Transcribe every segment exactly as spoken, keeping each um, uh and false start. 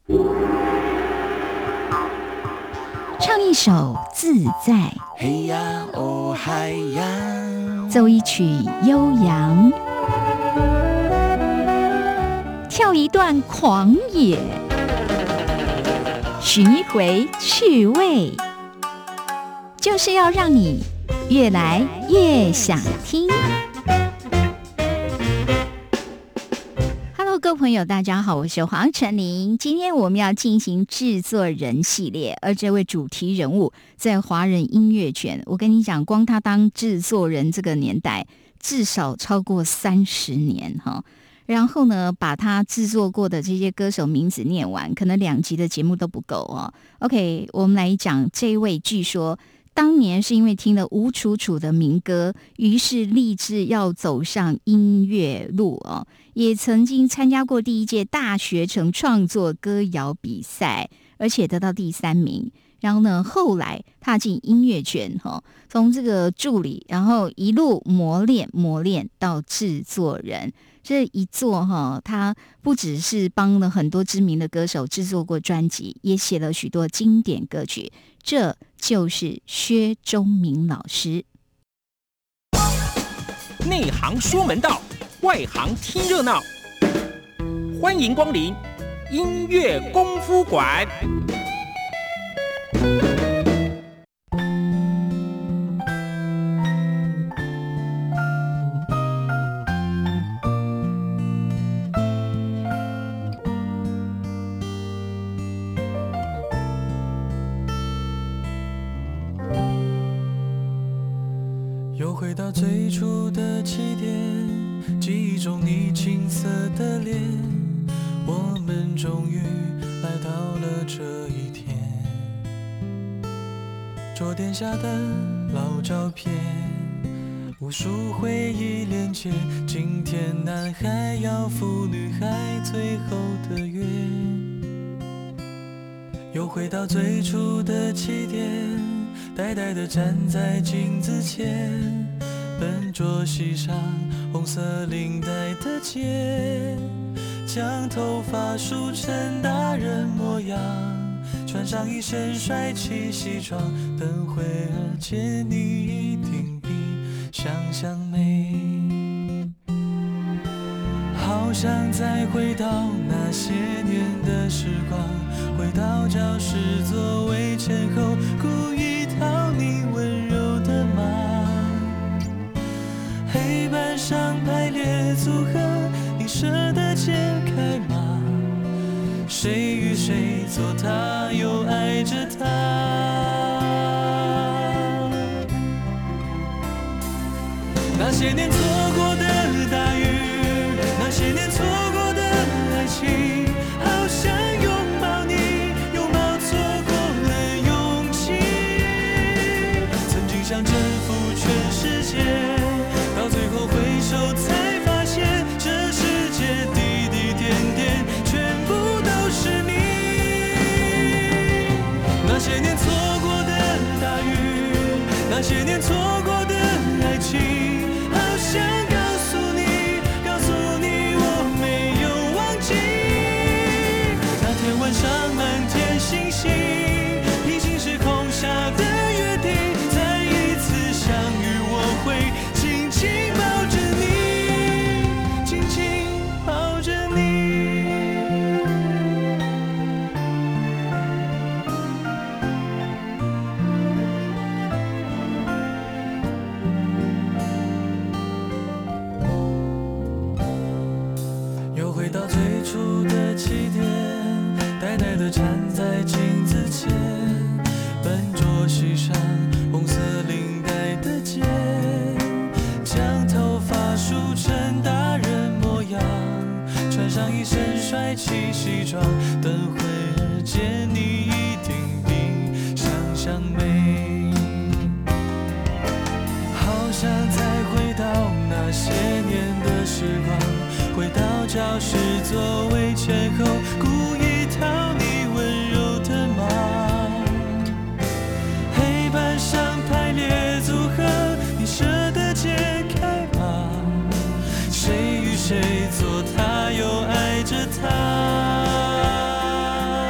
唱一首自在， 嘿呀哦嗨呀， 奏一曲悠扬，跳一段狂野，寻一回趣味，就是要让你越来越想听。各位朋友大家好，我是黄晨林。今天我们要进行制作人系列，而这位主题人物在华人音乐圈，我跟你讲，光他当制作人这个年代至少超过三十年哈。然后呢，把他制作过的这些歌手名字念完，可能两集的节目都不够哦。OK， 我们来讲这位，据说当年是因为听了吴楚楚的民歌，于是立志要走上音乐路哦。也曾经参加过第一届大学城创作歌谣比赛，而且得到第三名。然后呢，后来踏进音乐圈，从这个助理，然后一路磨练磨练到制作人。这一做哈，他不只是帮了很多知名的歌手制作过专辑，也写了许多经典歌曲。这就是薛钟明老师。 内行说门道，外行听热闹，欢迎光临音乐功夫馆。 又回到最初的起点，记忆中你青涩的脸，我们终于来到了这一天。桌垫下的老照片，无数回忆连接，今天男孩要赴女孩最后的约。又回到最初的起点，呆呆地站在镜子前，笨拙系上红色领带的结，将头发梳成大人模样，穿上一身帅气西装，等会儿见你一定比想象美。好想再回到那些年的时光，回到教室座位前后，故意讨你温柔的骂，黑板上排列组合，你舍得解开吗？谁与谁做他又爱着他，那些年错过的大雨，那些年错过的爱情，好想拥抱你，拥抱错过了勇气。曾经想征服全世界，到最后回首才发现，这世界滴滴点点全部都是你。那些年错过的大雨，那些年错过的爱情，好想告诉你，告诉你我没有忘记。那天晚上满天星星，平行时空下的约定，再一次相遇我会紧紧抱着你，紧紧抱着你。又回到最初的起点，呆呆地站在镜子前，笨拙系上红色领带的结，将头发梳成大人模样，穿上一身帅气西装，等会儿见你一定比想象美。好想再回到那些年的时光，回到教室座位前后，故意讨你温柔的骂，黑板上排列组合，你舍得解开吗？谁与谁做他又爱着他，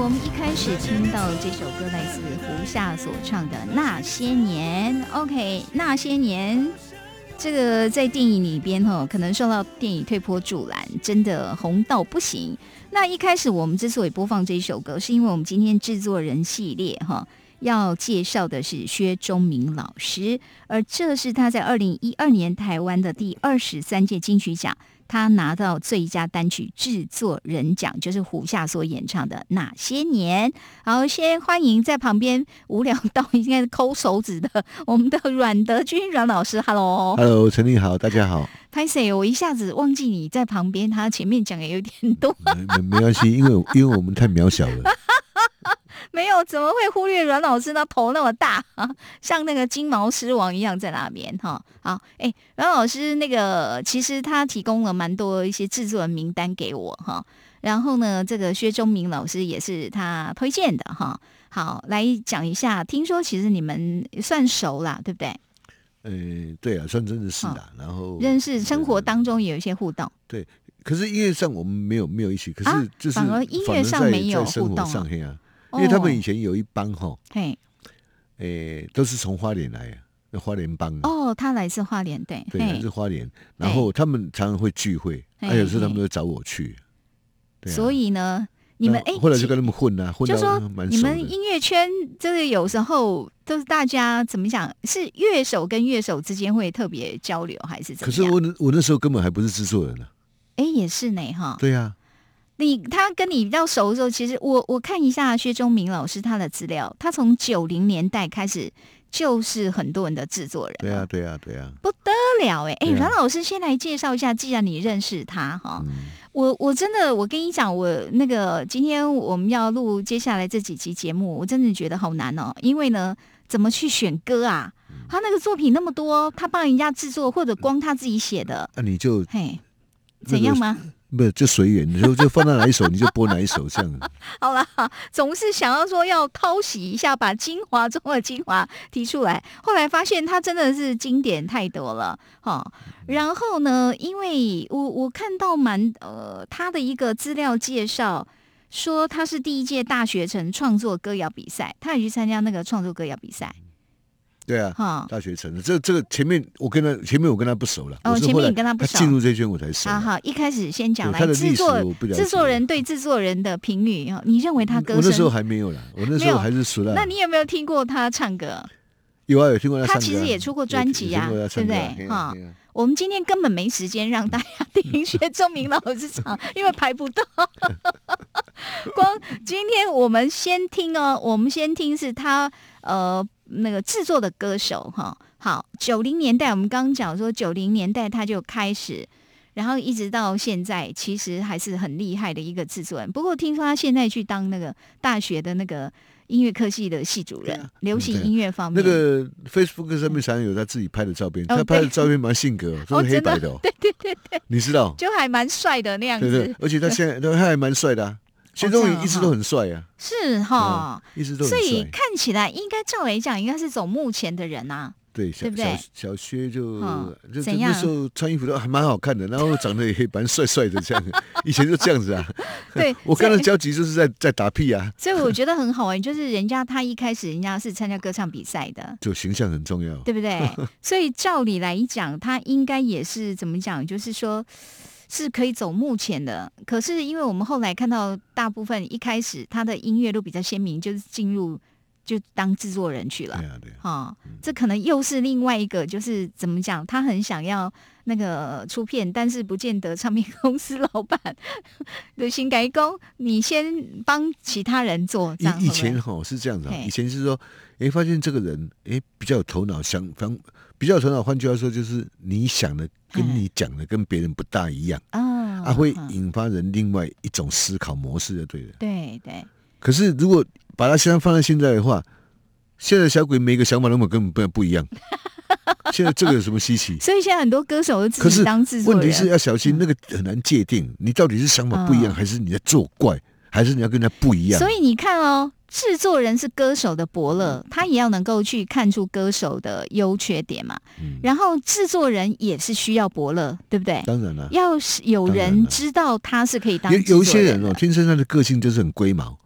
我们一开始听到这首歌来自胡夏所唱的《那些年》。OK， 那些年，这个在电影里边哈，可能受到电影推波助澜，真的红到不行。那一开始我们之所以播放这一首歌，是因为我们今天制作人系列哈。要介绍的是薛钟明老师，而这是他在二零一二年台湾的第二十三届金曲奖，他拿到最佳单曲制作人奖，就是胡夏所演唱的《那些年》。好，先欢迎在旁边无聊到应该是抠手指的我们的阮德军阮老师 ，Hello， Hello， 陈丽好，大家好。 拍谁？我一下子忘记你在旁边，他前面讲的有点多。 没没关系，因为因为我们太渺小了。 没有，怎么会忽略阮老师呢？头那么大，像那个金毛狮王一样在那边哈。好，哎，阮老师那个其实他提供了蛮多一些制作人名单给我哈。然后呢，这个薛钟明老师也是他推荐的哈。好，来讲一下，听说其实你们算熟啦，对不对？ 呃，对啊，算真的是啦。然后认识，生活当中也有一些互动。 对，可是音乐上我们没有没有一起，可是就是、 啊、反而音乐上没有互动上啊。因为他们以前有一帮哈， 嘿， 诶，都是从花莲来啊，那花莲帮哦，他来自花莲，对， 对，来自花莲，然后他们常常会聚会，还有时候他们会找我去，对啊， 所以呢，你们哎， 后来就跟他们混啊，混就说蛮你们音乐圈这个有时候都是大家怎么讲，是乐手跟乐手之间会特别交流，还是怎么样？ 可是我我那时候根本还不是制作人呢， 哎，也是呢哈， 对呀。 你他跟你比较熟的时候，其实我我看一下薛钟明老师他的资料，他从九零年代开始就是很多人的制作人。 对啊，对啊，对啊， 不得了哎！哎，阮老师先来介绍一下，既然你认识他哈，嗯、我我真的我跟你讲，我那个今天我们要录接下来这几集节目，我真的觉得好难哦，因为呢，怎么去选歌啊？嗯、他那个作品那么多，他帮人家制作或者光他自己写的， 那、啊、你就嘿怎样吗？ 不就随缘，你就就放到哪一首你就播哪一首这样。 好啦，总是想要说要淘洗一下，把精华中的精华提出来。后来发现它真的是经典太多了，哈。然后呢，因为我我看到蛮呃他的一个资料介绍，说他是第一届大学城创作歌谣比赛，他也去参加那个创作歌谣比赛。 对啊，大学城这这个前面我跟他前面我跟他不熟了， 哦，前面你跟他不熟， 他进入这圈我才熟。 好好，一开始先讲来制作制作人对制作人的评语，你认为他歌声？ 我那时候还没有啦，我那时候还是熟了。 那你有没有听过他唱歌？ 有啊，有听过他唱歌。 他其实也出过专辑啊，对不对？哈，我们今天根本没时间让大家听薛钟明老师唱，因为排不到。光今天我们先听哦，我们先听是他呃。那个制作的歌手哈，好，九零年代我们刚刚讲说九零年代他就开始，然后一直到现在，其实还是很厉害的一个制作人。不过听说他现在去当那个大学的那个音乐科系的系主任，啊、流行音乐方面。 那个 Facebook 上面常常有他自己拍的照片，嗯、他拍的照片蛮性格，都、哦、是黑白的、哦。 对对对对， 你知道， 就还蛮帅的那样子。 对对，而且他现在他还蛮帅的啊。薛钟明一直都很帅啊， 是哈、 嗯，一直都很帅。 所以看起来应该照来讲，应该是走幕前的人啊， 对， 对不对？ 小, 小薛就、嗯、就怎样？ 那时候穿衣服都还蛮好看的，然后长得也蛮帅帅的，这样。以前就这样子啊。 对， 我跟他交集就是在在打屁啊。 所以我觉得很好玩，就是人家他一开始人家是参加歌唱比赛的， 就形象很重要， 对不对？所以照理来讲，他应该也是怎么讲？就是说。是可以走幕前的，可是因为我们后来看到大部分一开始他的音乐都比较鲜明，就是进入就当制作人去了， 对啊对啊， 哦嗯、这可能又是另外一个，就是怎么讲，他很想要那个出片，但是不见得唱片公司老板的新改工，你先帮其他人做。这样以前哈、哦、是这样子、哦，以前是说，哎，发现这个人哎比较有头脑，想方比较有头脑，换句话说就是你想的。跟你讲的跟别人不大一样啊，啊，会引发人另外一种思考模式就对了。 对对。 可是如果把它现在放在现在的话，现在小鬼每个想法都根本不一样。现在这个有什么稀奇？ 所以现在很多歌手都自己当制作人。 问题是要小心，那个很难界定，你到底是想法不一样，还是你在作怪，还是你要跟人家不一样？ 所以你看哦。制作人是歌手的伯乐，他也要能够去看出歌手的优缺点嘛。嗯、然后制作人也是需要伯乐，对不对？ 当然了， 要有人知道他是可以当制作人的。 有有一些人哦，天生他的个性就是很龟毛，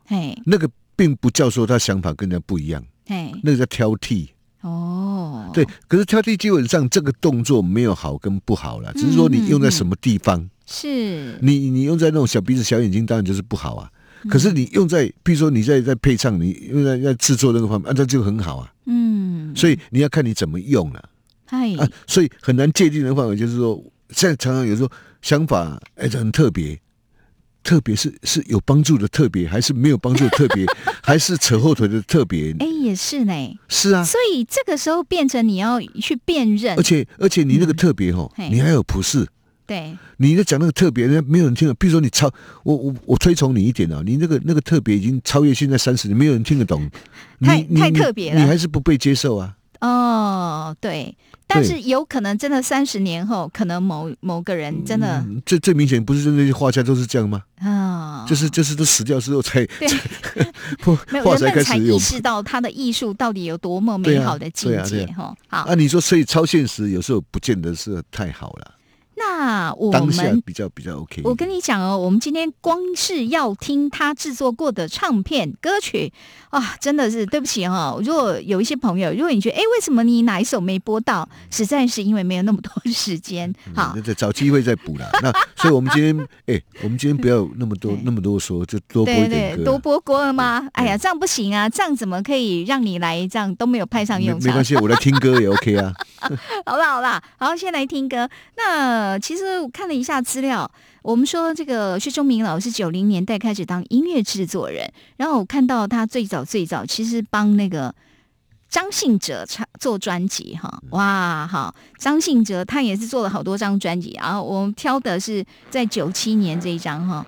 那个并不叫说他想法跟人家不一样，那个叫挑剔。 哦， 对，可是挑剔基本上这个动作没有好跟不好啦，只是说你用在什么地方。嗯、 是你你用在那种小鼻子小眼睛，当然就是不好啊。可是你用在，譬如说你在在配唱，你用在在制作那个方面，啊，这就很好啊。嗯，所以你要看你怎么用了、啊。啊，所以很难界定的范围，就是说，现在常常有时候想法哎很特别。特别是是有帮助的特别，还是没有帮助的特别，还是扯后腿的特别？ 哎、欸，也是呢。 是啊， 所以这个时候变成你要去辨认， 而且而且你那个特别哈、嗯，你还有普世。 对， 你在讲那个特别，人家没有人听得。比如说你超我我我推崇你一点啊，你那个那个特别已经超越现在三十年，没有人听得懂。 太太特别了， 你还是不被接受啊。 哦，对。但是有可能真的三十年后，可能某某个人真的， 嗯、最最明显不是那些画家都是这样吗？ 啊、哦， 就是就是都死掉之后才， 对，没有画才开始有人们才意识到他的艺术到底有多么美好的境界哈。好， 啊，你说所以超现实有时候不见得是太好了。 那我当下们比较比较 OK。 我跟你讲哦，我们今天光是要听他制作过的唱片歌曲啊，真的是对不起哈、哦。如果有一些朋友，如果你觉得哎，为什么你哪一首没播到，实在是因为没有那么多时间。好， 那、嗯、找机会再补啦。那所以我们今天哎，我们今天不要那么多那么多说，就多播一点歌。 对对，多播歌吗？哎呀，这样不行啊，这样怎么可以让你来这样都没有派上用场？ 没关系，我来听歌也 OK 啊。 好啦好啦，好，先来听歌。那其实我看了一下资料，我们说这个薛忠明老师九零年代开始当音乐制作人，然后我看到他最早最早其实帮那个张信哲唱做专辑哈，哇好，张信哲他也是做了好多张专辑，然后我们挑的是在九七年这一张哈。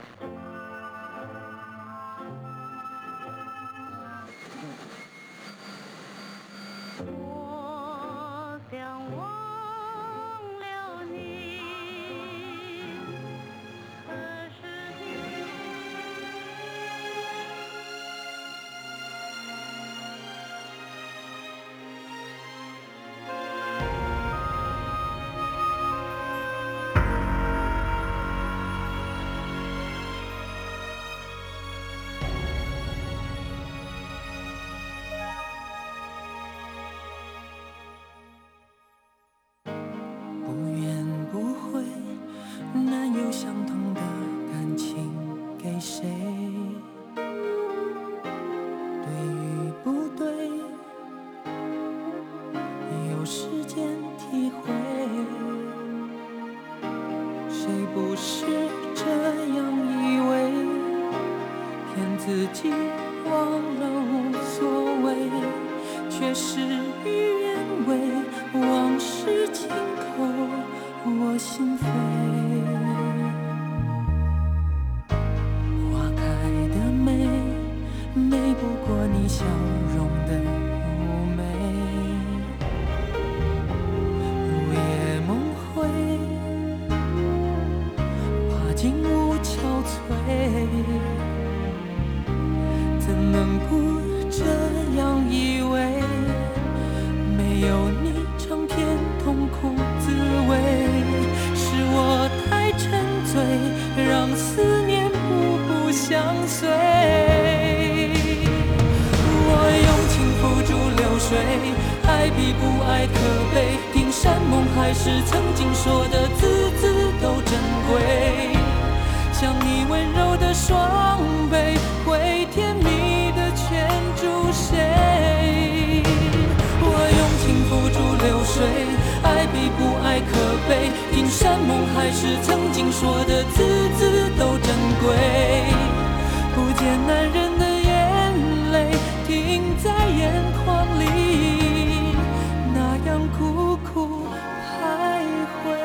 爱比不爱可悲，听山盟海誓曾经说的字字都珍贵，像你温柔的双臂会甜蜜的牵住谁。我用情付诸流水，爱比不爱可悲，听山盟海誓曾经说的字字都珍贵，不见男人的眼泪停在眼眶里，那样苦苦徘徊。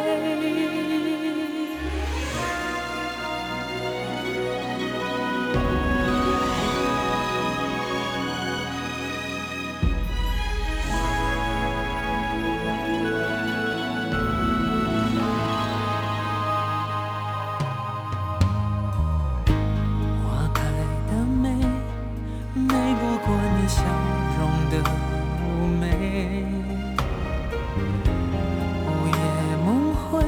花开的美，美不过你笑容的妩媚，午夜梦回，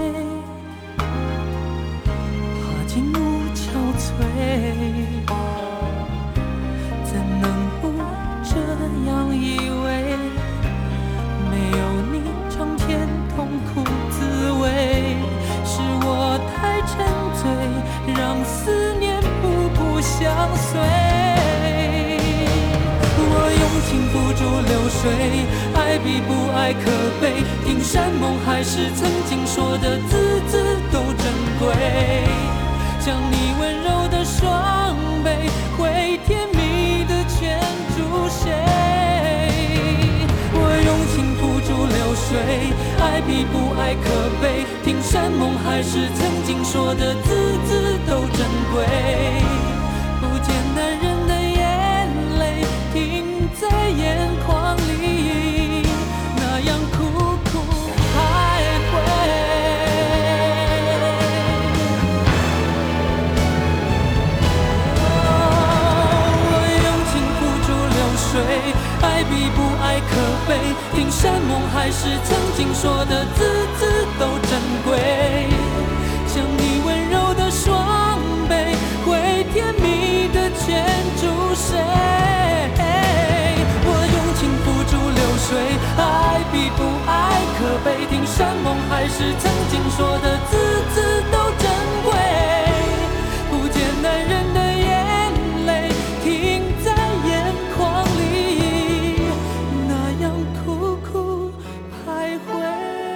爬进屋憔悴， 让思念步步相随。我用情付诸流水，爱比不爱可悲。听山盟海誓，曾经说的字字都珍贵。将你温柔的双臂，会甜蜜的牵住谁？我用情付诸流水，爱比不爱可悲。听山盟海誓，曾经说的字字都珍贵。不见男人的眼泪停在眼眶里，那样苦苦徘徊。爱比不爱可悲，听山盟海誓，曾经说的字字都珍贵。将你温柔的双臂，会甜蜜的牵住谁？我用情付诸流水，爱比不爱可悲。听山盟海誓，曾经说的字字都珍贵。不见男人的眼泪停在眼眶里，那样苦苦徘徊。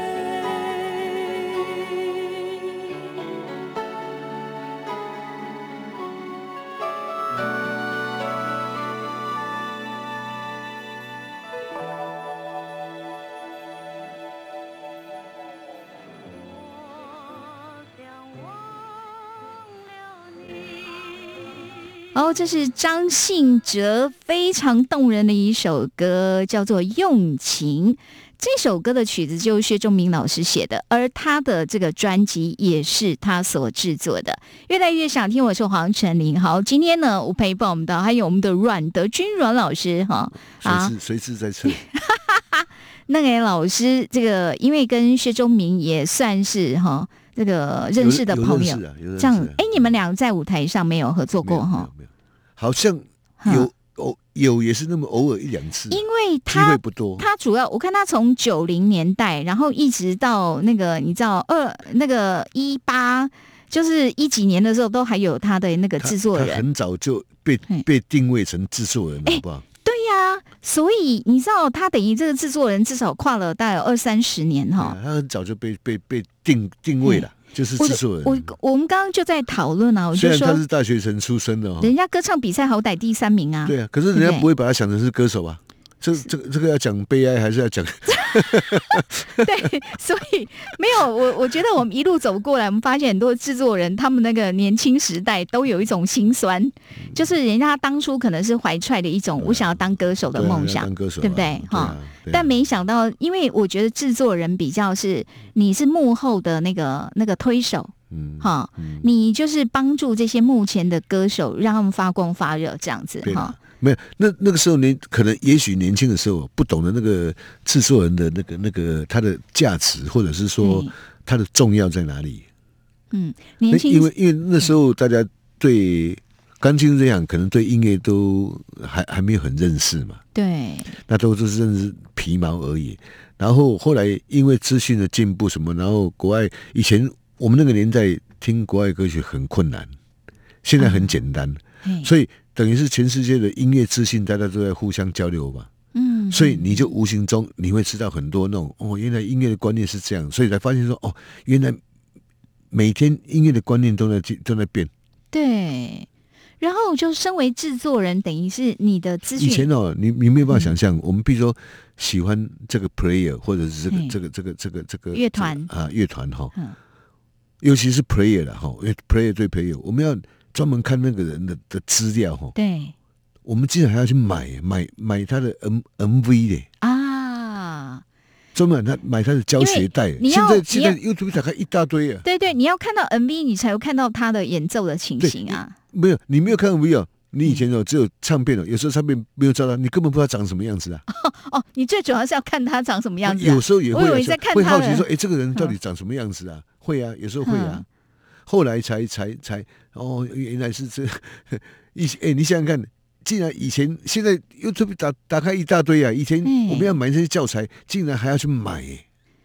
哦，这是张信哲非常动人的一首歌，叫做《用情》。这首歌的曲子就是薛仲明老师写的，而他的这个专辑也是他所制作的。越来越想听，我是黄晨林。好，今天呢，我陪伴我们的还有我们的阮德军阮老师哈， 随时随时在测。 那个老师，这个因为跟薛仲明也算是哈这个认识的朋友， 有有有这样哎，你们俩在舞台上没有合作过哈？ 好像有偶有也是那么偶尔一两次， 因为他机会不多。 他主要我看他从九零年代，然后一直到那个你知道二那个一八，就是一几年的时候，都还有他的那个制作人。 他, 他很早就被被定位成制作人，好不好？ 对呀、啊，所以你知道他等于这个制作人至少跨了大概有二三十年哈。 他很早就被被被定定位了。就是制作人， 我我们刚刚就在讨论啊，我就说虽然他是大学生出身的、哦， 人家歌唱比赛好歹第三名啊， 对啊，可是人家不会把他想成是歌手啊，这这个这个要讲悲哀还是要讲？ 对，所以没有我，我觉得我们一路走过来，我们发现很多制作人，他们那个年轻时代都有一种心酸，嗯、就是人家当初可能是怀揣的一种我想要当歌手的梦想， 对, 啊对, 啊对不对？哈、 啊啊， 但没想到，因为我觉得制作人比较是你是幕后的那个那个推手。嗯，哈、嗯，你就是帮助这些目前的歌手，让他们发光发热，这样子哈。 没有，那那个时候年可能也许年轻的时候不懂得那个制作人的那个那个他的价值，或者是说他的重要在哪里。 嗯，年轻， 因为因为那时候大家对钢琴这样，可能对音乐都还还没有很认识嘛。 对， 那都是认识皮毛而已。然后后来因为资讯的进步什么，然后国外以前。我们那个年代听国外歌曲很困难，现在很简单，嗯、所以等于是全世界的音乐资讯大家都在互相交流嘛。嗯，所以你就无形中你会知道很多那种哦，原来音乐的观念是这样，所以才发现说哦，原来每天音乐的观念都在都在变。 对，然后就身为制作人，等于是你的资讯。 以前哦，你你没有办法想象，嗯、我们比如说喜欢这个 player 或者是这个这个这个这个这个乐团啊乐团哈。嗯，尤其是 player 啦哈，因为 player 对 player， 我们要专门看那个人的的资料哈。 对， 我们经常还要去买买买他的 M MV 的啊，专门他买他的教学带。现在现在 YouTube 打开一大堆啊。 对对，你要看到 M V， 你才有看到他的演奏的情形啊。 没有，你没有看 M V 哦。你以前哦只有唱片哦，有时候唱片没有照到，你根本不知道长什么样子啊。 哦，你最主要是要看他长什么样子、啊。 有时候也会、啊， 我以为在看他会好奇说，哎，这个人到底长什么样子啊？嗯、会啊，有时候会啊。嗯、后来才才才哦，原来是这以哎，你想想看，竟然以前现在 YouTube 打打开一大堆啊，以前我们要买这些教材，竟然还要去买、欸。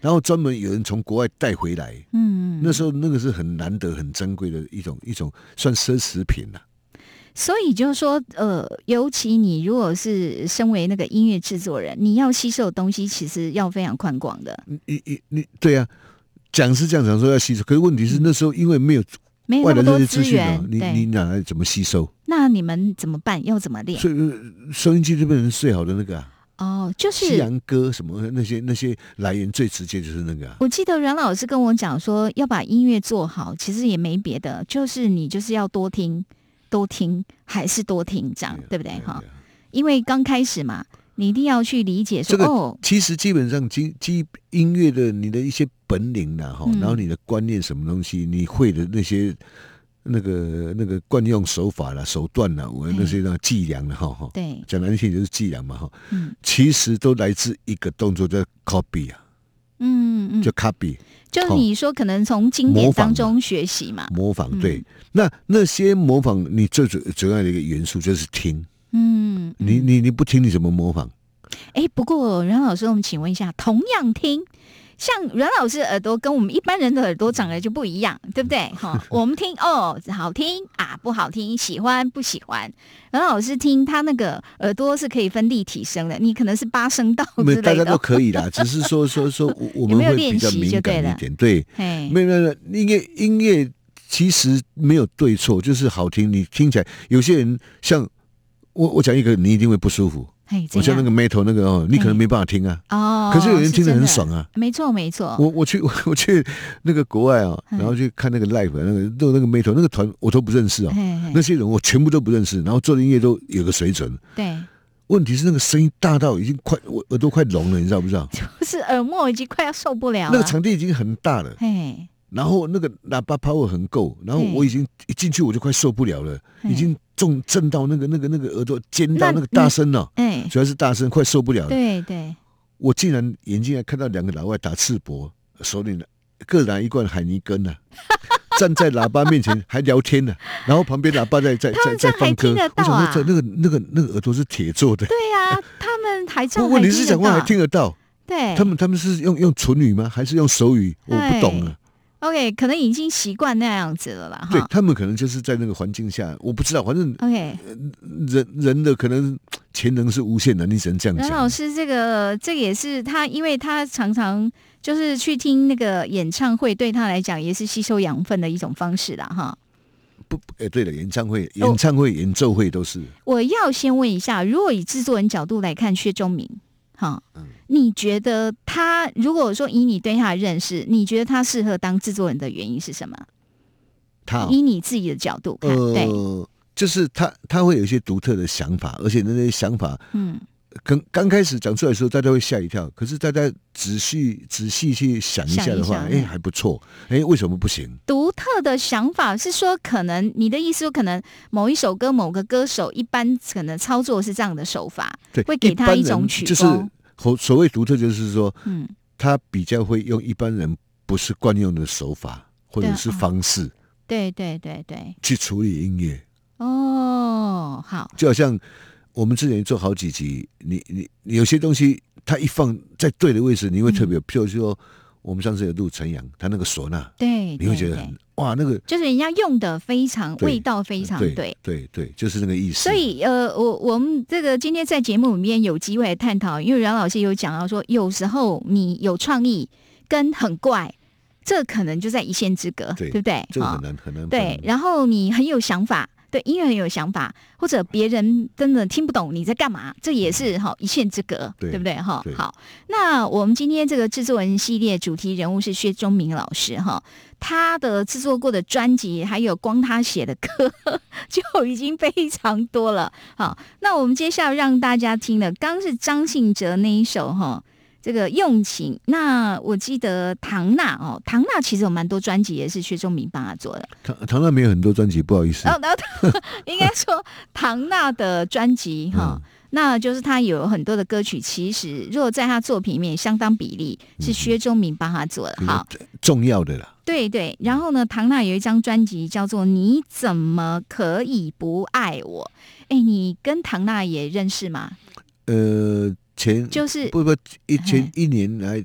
然后专门有人从国外带回来，嗯，那时候那个是很难得、很珍贵的一种一种算奢侈品了、啊。 所以就是说，呃，尤其你如果是身为那个音乐制作人，你要吸收的东西其实要非常宽广的。 你你你对啊，讲是这样讲说要吸收，可是问题是那时候因为没有没有那么多资源， 你你哪来怎么吸收？ 那你们怎么办？要怎么练？ 所以收音机就变成最好的那个啊。 哦，就是西洋歌什么那些那些来源最直接就是那个、啊。 我记得阮老师跟我讲说，要把音乐做好，其实也没别的，就是你就是要多听。多听还是多听，这样 对, 对不对哈？因为刚开始嘛，你一定要去理解说， 这个、 哦， 其实基本上基基音乐的你的一些本领啦哈、嗯，然后你的观念什么东西，你会的那些那个那个惯用手法啦、手段啦，我那些那伎俩啦哈， 对， 讲难听就是伎俩嘛哈，嗯，其实都来自一个动作叫 copy 啊，嗯嗯，就 copy。 就你说可能从经典当中学习嘛， 模仿, 模仿对、嗯，那那些模仿你最主主要的一个元素就是听，嗯，你你你不听你怎么模仿？ 哎，不过阮老师，我们请问一下，同样听，像阮老师耳朵跟我们一般人的耳朵长得就不一样，对不对？哈，我们听哦，好听啊，不好听，喜欢不喜欢。阮老师听他那个耳朵是可以分立体声的，你可能是八声道之类的， 大家都可以啦，只是说说说我们会比较敏感一点，对，没有没有，音乐音乐其实没有对错，就是好听，你听起来有些人像我我讲一个，你一定会不舒服。我像那个 metal 那个哦，你可能没办法听啊。哦，可是有人听得很爽啊。 没错没错。 我我去我我去那个国外啊，然后去看那个 live 那个那个 metal 那个团我都不认识啊、哦，那些人我全部都不认识，然后做的音乐都有个水准。 对。 问题是那个声音大到已经快我耳朵快聋了，你知道不知道？ 就是耳膜已经快要受不了了。 那个场地已经很大了。嘿。然后那个喇叭 power 很够，然后我已经一进去我就快受不了了，已经重震到那个那个那个耳朵尖到那个大声了，哎，主要是大声，快受不了了。 对对， 我竟然眼睛还看到两个老外打赤膊，手里各拿一罐海尼根啊，站在喇叭面前还聊天呢、啊，然后旁边喇叭在在在在放歌，我想说那个那个那个耳朵是铁做的。 对啊，他们还这样， 问题是讲话还听得到。 对， 他们他们是用用唇语吗？还是用手语？我不懂啊。 OK， 可能已经习惯那样子了啦。 对，他们可能就是在那个环境下，我不知道，反正 OK， 人人的可能潜能是无限的，你只能这样讲。 阮老师，这个这个也是他，因为他常常就是去听那个演唱会，对他来讲也是吸收养分的一种方式啦，哈。 不，哎，对了，演唱会、演唱会、演奏会都是。 我要先问一下，如果以制作人角度来看，薛钟明。哈、嗯，你觉得他如果说以你对他的认识，你觉得他适合当制作人的原因是什么？ 他以你自己的角度看，呃、对， 就是他他会有一些独特的想法，而且那些想法，嗯，刚刚开始讲出来的时候，大家会吓一跳，可是大家仔细仔细去想一下的话，哎，还不错，哎，为什么不行？ 独特的想法是说，可能你的意思说，可能某一首歌、某个歌手一般可能操作是这样的手法， 对， 会给他一种曲风。 就是所谓独特，就是说，嗯，他比较会用一般人不是惯用的手法或者是方式， 对对对对， 去处理音乐。 哦，好， 就好像我们之前做好几集，你你你有些东西，它一放在对的位置，你会特别，譬如说。我们上次有录陈阳，他那个唢呐， 对， 你会觉得很哇，那个就是人家用的非常味道非常对， 对对对，就是那个意思。 所以呃，我我们这个今天在节目里面有机会探讨，因为阮老师有讲到说，有时候你有创意跟很怪，这可能就在一线之隔，对, 对不对？ 这个很难很难。 对，然后你很有想法。对音乐很有想法，或者别人真的听不懂你在干嘛，这也是哈一线之隔， 对, 对不对哈？好，那我们今天这个制作人系列主题人物是薛钟明老师哈，他的制作过的专辑还有光他写的歌就已经非常多了。好，那我们接下来让大家听的，刚是张信哲那一首哈。这个用情，那我记得唐娜哦，唐娜其实有蛮多专辑也是薛钟明帮他做的。 唐唐娜没有很多专辑，不好意思。 哦，应该说唐娜的专辑哈、嗯，那就是他有很多的歌曲，其实如果在他作品里面相当比例是薛钟明帮他做的， 嗯、 好重要的啦。 对对，然后呢，唐娜有一张专辑叫做《你怎么可以不爱我》。哎，你跟唐娜也认识吗？ 呃。前就是不不一前一年来一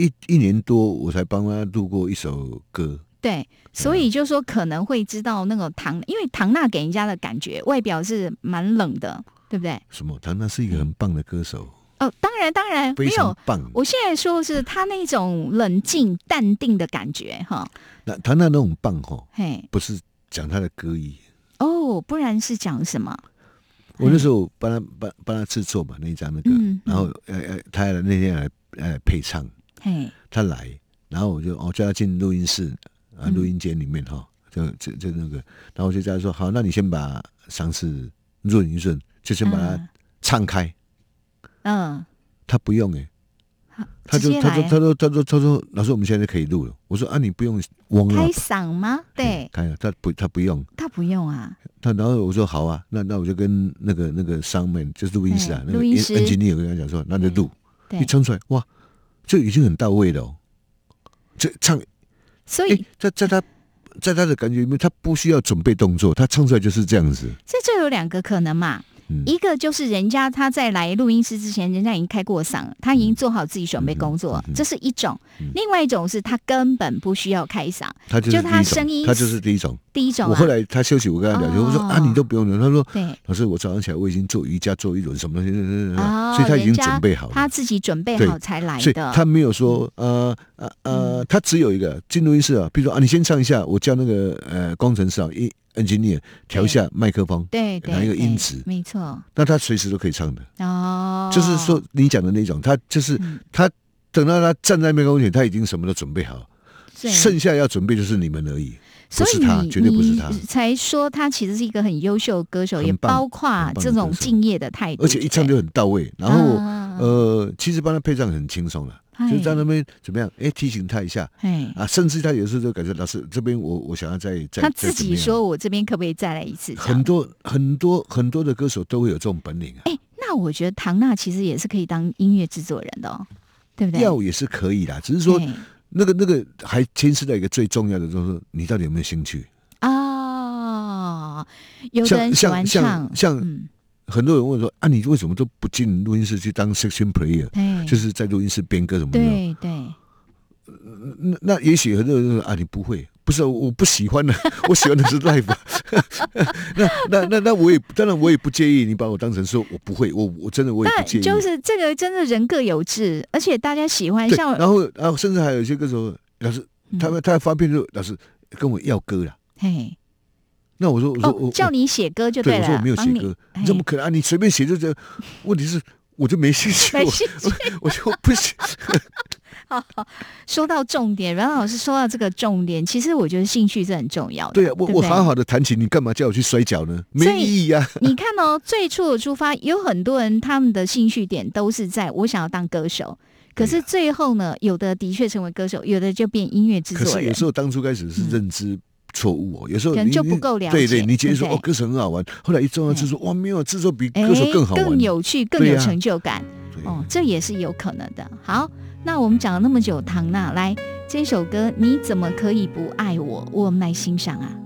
一一年多，我才帮他录过一首歌。 对，所以就说可能会知道那个唐，因为唐娜给人家的感觉外表是蛮冷的，对不对？ 什么？唐娜是一个很棒的歌手。 哦，当然当然， 非常棒。 我现在说的是他那种冷静淡定的感觉哈。 那唐娜那种棒哈，不是讲他的歌艺哦，不然是讲什么？ 我那时候帮他帮帮他制作嘛那一张那个，嗯、然后呃呃，他那天来来配唱，他来，然后我就哦叫他进录音室啊录音间里面哈，就就就那个，然后我就叫他说好，那你先把嗓子润一润，就先把它唱开。嗯，他不用哎、欸，他就他说他说他说他说老师我们现在可以录了。我说啊你不用warm up 开嗓吗？对， 开了，他不他不用， 他不用啊。 他然后我说好啊，那那我就跟那个那个商们就是录音师啊，那个 engineer 跟他讲说，那就录，一唱出来哇，就已经很到位了、哦。这唱， 所以在在他在他的感觉里面，他不需要准备动作，他唱出来就是这样子。 这就有两个可能嘛。一个就是人家他在来录音室之前，人家已经开过嗓，他已经做好自己准备工作，嗯、这是一种；嗯、另外一种是他根本不需要开嗓， 他就是就他声音， 他就是第一种。 第一种、啊， 我后来他休息，我跟他聊天，哦、我说啊，你都不用了。他说， 对， 老师，我早上起来我已经做瑜伽做一轮什么东西，哦、所以他已经准备好了， 他自己准备好才来的， 所以他没有说呃呃呃，他只有一个进录音室啊，比如说啊，你先唱一下，我叫那个呃工程师啊一。engineer 调一下麦克风， 对，对， 拿一个音质， 没错。 那他随时都可以唱的哦。 就是说你讲的那种，他就是、嗯、他等到他站在麦克风前，他已经什么都准备好，剩下要准备就是你们而已，不是他，绝对不是他。 才说他其实是一一个很优秀的歌手，也包括这种敬业的态度， 而且一唱就很到位。然后、啊、呃，其实帮他配唱很轻松了。就在那边怎么样？哎，提醒他一下，啊，甚至他有时候就感觉老师这边我我想要再再他自己说我这边可不可以再来一次？ 很多很多很多的歌手都会有这种本领啊。 哎，那我觉得唐娜其实也是可以当音乐制作人的哦，对不对？ 要也是可以啦，只是说那个那个还牵涉到一个最重要的，就是你到底有没有兴趣啊？有的人喜欢唱， 像像。嗯很多人问说啊，你为什么都不进录音室去当 section player？ 就是在录音室编歌什么的。 对对。 那那也许很多人说啊，你不会，不是我不喜欢的，我喜欢的是 live 那那那那我也当然我也不介意你把我当成说我不会，我我真的我也不介意。 就是这个真的人各有志，而且大家喜欢像然后然后甚至还有一些歌手，老师他们他发片就老师跟我要歌了。嘿。那我说我说、 哦、我叫你写歌就对了， 对我说我没有写歌，你怎么可能啊？你随便写就这样。问题是我就没兴趣， 没兴趣我, 我就不行。 好好，说到重点，阮老师说到这个重点，其实我觉得兴趣是很重要的。 对啊，我对对我好好的弹琴，你干嘛叫我去摔跤呢？没意义啊！ 你看哦，最初的出发有很多人，他们的兴趣点都是在我想要当歌手。可是最后呢，有的的确成为歌手，有的就变音乐制作人。 可是有时候当初开始是认知。嗯错误哦，有时候可能就不够了解。 对对，你觉得说哦，歌手很好玩，后来一重要制作，哇，没有制作比歌手更好玩、 更有趣、更有成就感。哦，这也是有可能的。好，那我们讲了那么久，唐娜来这首歌，你怎么可以不爱我？我们来欣赏啊。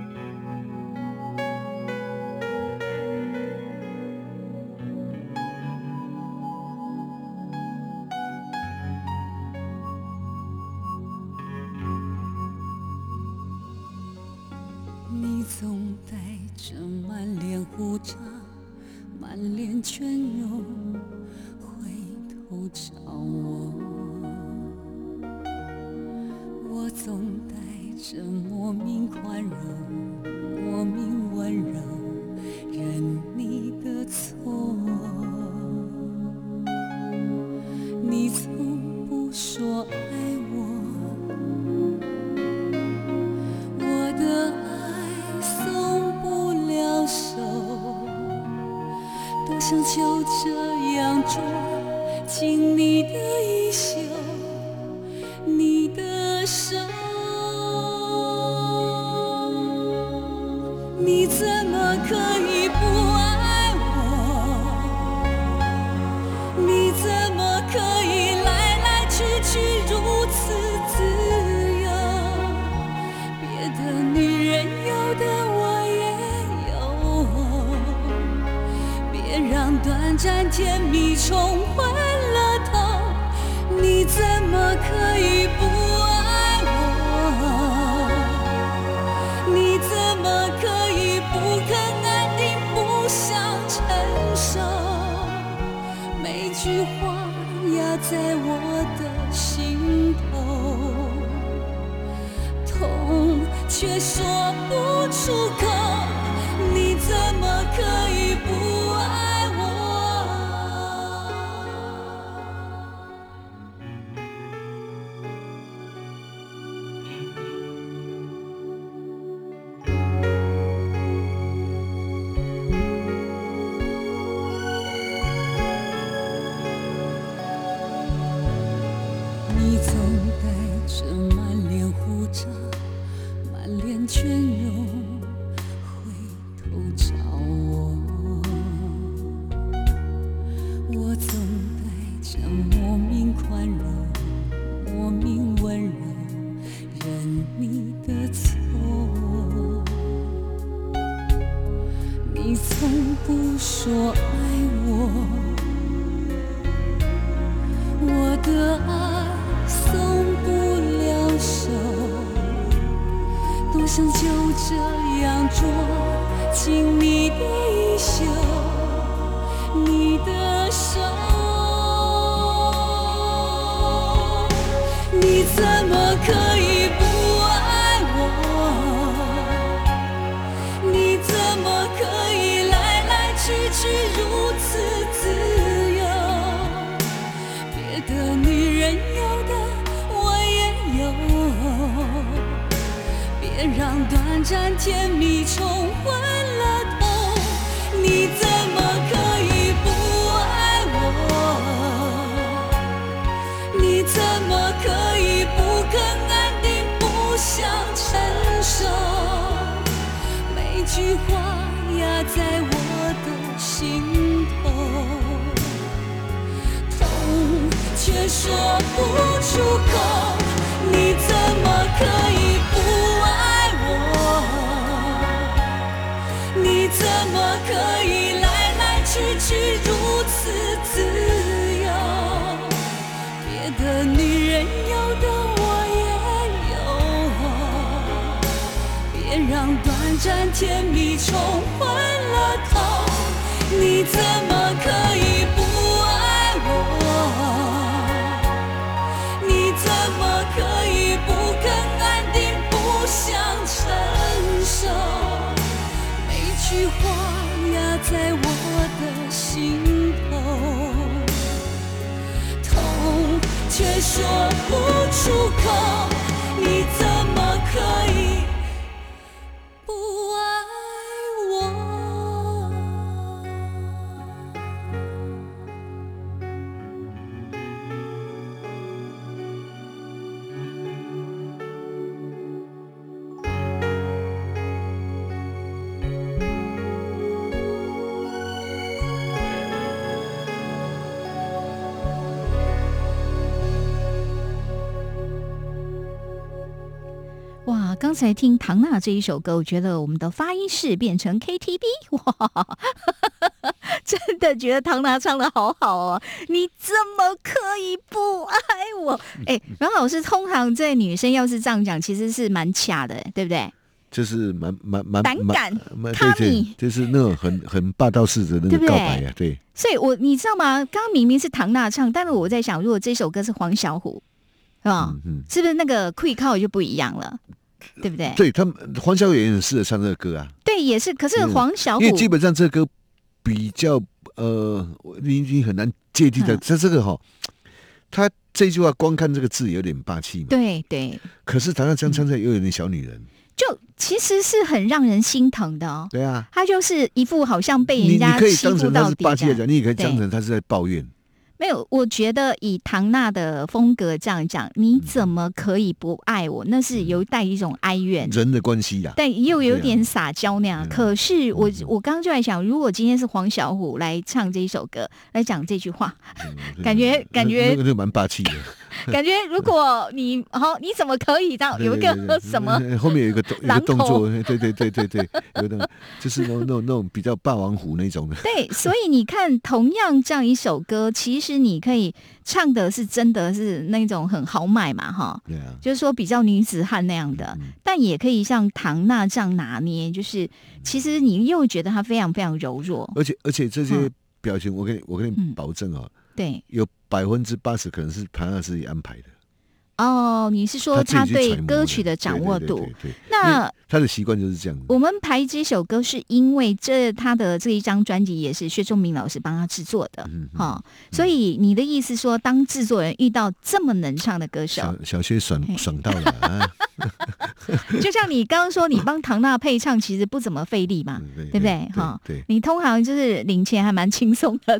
总带着满脸胡渣，满脸倦容，回头找我。我总带着莫名宽容，莫名温柔，认你的错。你从不说爱我，我的爱松不了手，多想就这样捉紧你的衣袖，你的手。你怎么可以不爱我？你怎么可以来来去去如此自由？别的女人有的我也有，别让短暂甜蜜冲昏了头。 你怎么可以不爱我？你怎么可以不肯安定，不想承受？每句话压在我的心头，痛却说不出口。你怎么可以不爱我？你总带着满脸胡渣，满脸倦容，回头找我。我总带着莫名宽容，莫名温柔，认你的错。你从不说爱我，我的爱松不了手，多想就这样捉紧你的衣袖，你的手。你怎么可以不爱我？你怎么可以来来去去如此自由？别的女人有的我也有，别让短暂甜蜜冲昏了头。你怎么可以不爱我？你怎么可以不肯安定，不想承受？每句话压在我的心头，痛却说不出口。你怎么可以不爱我？你怎么可以来来去去如此自由？别的女人有的我也有，别让短暂甜蜜冲昏了头。你怎么可以不爱我？你怎么可以不肯安定，不想承受？每句话压在我的心头，痛却说不出口。你怎么可以不爱我？ 哇，刚才听唐娜这一首歌，我觉得我们的发音室变成 K T V， 哇，真的觉得唐娜唱的好好哦。你怎么可以不爱我？哎，阮老师，通常在女生要是这样讲，其实是蛮恰的，对不对？ 就是蛮蛮蛮胆敢 ，Tommy，就是那种很很霸道式的那个告白呀、啊，对。 所以我你知道吗？刚刚明明是唐娜唱，但是我在想，如果这首歌是黄小琥，是吧？嗯嗯，是不是那个 quick call 就不一样了？对不对？ 对他们，黄小琥也很适合唱这个歌啊。 对，也是。可是黄小琥， 因为基本上这个歌比较呃，你你很难界定的。这、嗯、这个哈、哦，他这句话光看这个字有点霸气嘛。 对对。 可是唐娜这样唱起来又有点小女人。嗯， 就其实是很让人心疼的哦。 对啊， 他就是一副好像被人家欺负到底的。 霸气来讲，你也可以当成他是在抱怨。 没有，我觉得以唐娜的风格这样讲，你怎么可以不爱我？那是有带一种哀怨人的关系啦， 但又有点撒娇那样。啊、可是我我刚刚就在想，如果今天是黄小琥来唱这一首歌，来讲这句话，嗯、感觉感觉那个就蛮霸气的。 感觉如果你好、哦，你怎么可以这样？有一个对对对什么？ 后面有一个动一个动作，对对对对对，有那种就是那种那种那种比较霸王虎那种的。 对，所以你看，同样这样一首歌，其实你可以唱的是真的是那种很豪迈嘛，哈， 对啊， 就是说比较女子汉那样的，嗯、但也可以像唐娜这样拿捏，就是其实你又觉得她非常非常柔弱， 而且而且这些表情，我跟你我跟你保证哦， 嗯、对， 有百分之八十可能是唐娜自己安排的。 哦，你是说他对歌曲的掌握度？ 对对对对对， 那他的习惯就是这样。 我们排这首歌是因为这他的这一张专辑也是薛仲明老师帮他制作的，嗯，哈、嗯，所以你的意思说，当制作人遇到这么能唱的歌手， 小小薛爽爽到了啊！ 就像你刚刚说，你帮唐娜配唱，其实不怎么费力嘛，对, 对不对？哈， 对， 你通常就是领钱还蛮轻松的。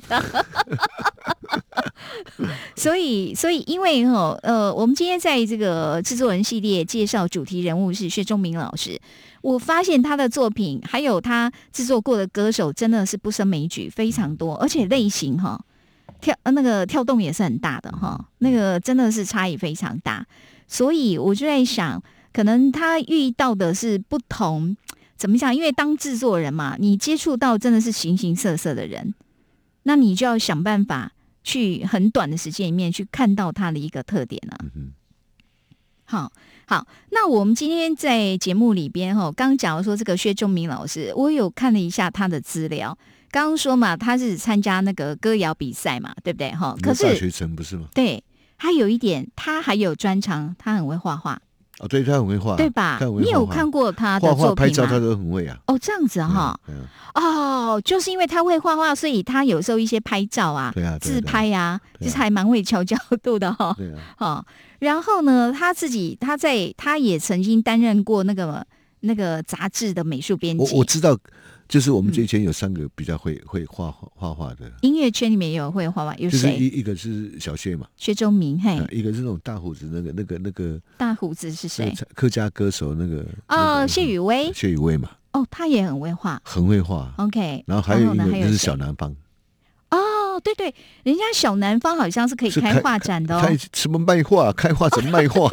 所以，所以因为哈呃，我们今天在这个制作人系列介绍主题人物是薛仲明老师，我发现他的作品还有他制作过的歌手真的是不胜枚举，非常多，而且类型哈跳那个跳动也是很大的哈，那个真的是差异非常大。所以我就在想，可能他遇到的是不同，怎么讲？因为当制作人嘛，你接触到真的是形形色色的人，那你就要想办法。去很短的时间里面去看到它的一个特点啊。嗯、好好，那我们今天在节目里边哈，刚讲说这个薛仲明老师，我有看了一下他的资料。刚刚说嘛，他是参加那个歌谣比赛嘛，对不对？哈，可是大学城不是吗？ 对，还有一点，他还有专长，他很会画画。 哦，对，他很会画， 对吧？你有看过他的作品吗？ 画画、拍照他都很会啊。 哦，这样子哈、嗯嗯。哦，就是因为他会画画，所以他有时候一些拍照啊、 对啊、 自拍啊，其实还蛮会调角度的哈。 对啊。 哦，然后呢，他自己他在他也曾经担任过那个那个杂志的美术编辑。 我我知道。就是我们之前有三个比较会、嗯、会画画画的， 音乐圈里面也有会画画，有谁？ 就是一一个是小薛嘛， 薛仲明，嘿、 啊，一个是那种大胡子，那个那个那个大胡子是谁？ 客家歌手那个哦， 那个、 谢宇威， 谢宇威嘛， 哦，他也很会画， 很会画 ，OK。 然后还有一个就是小南方， 哦，对对，人家小南方好像是可以开画展的哦， 开什么卖画？开画怎么卖画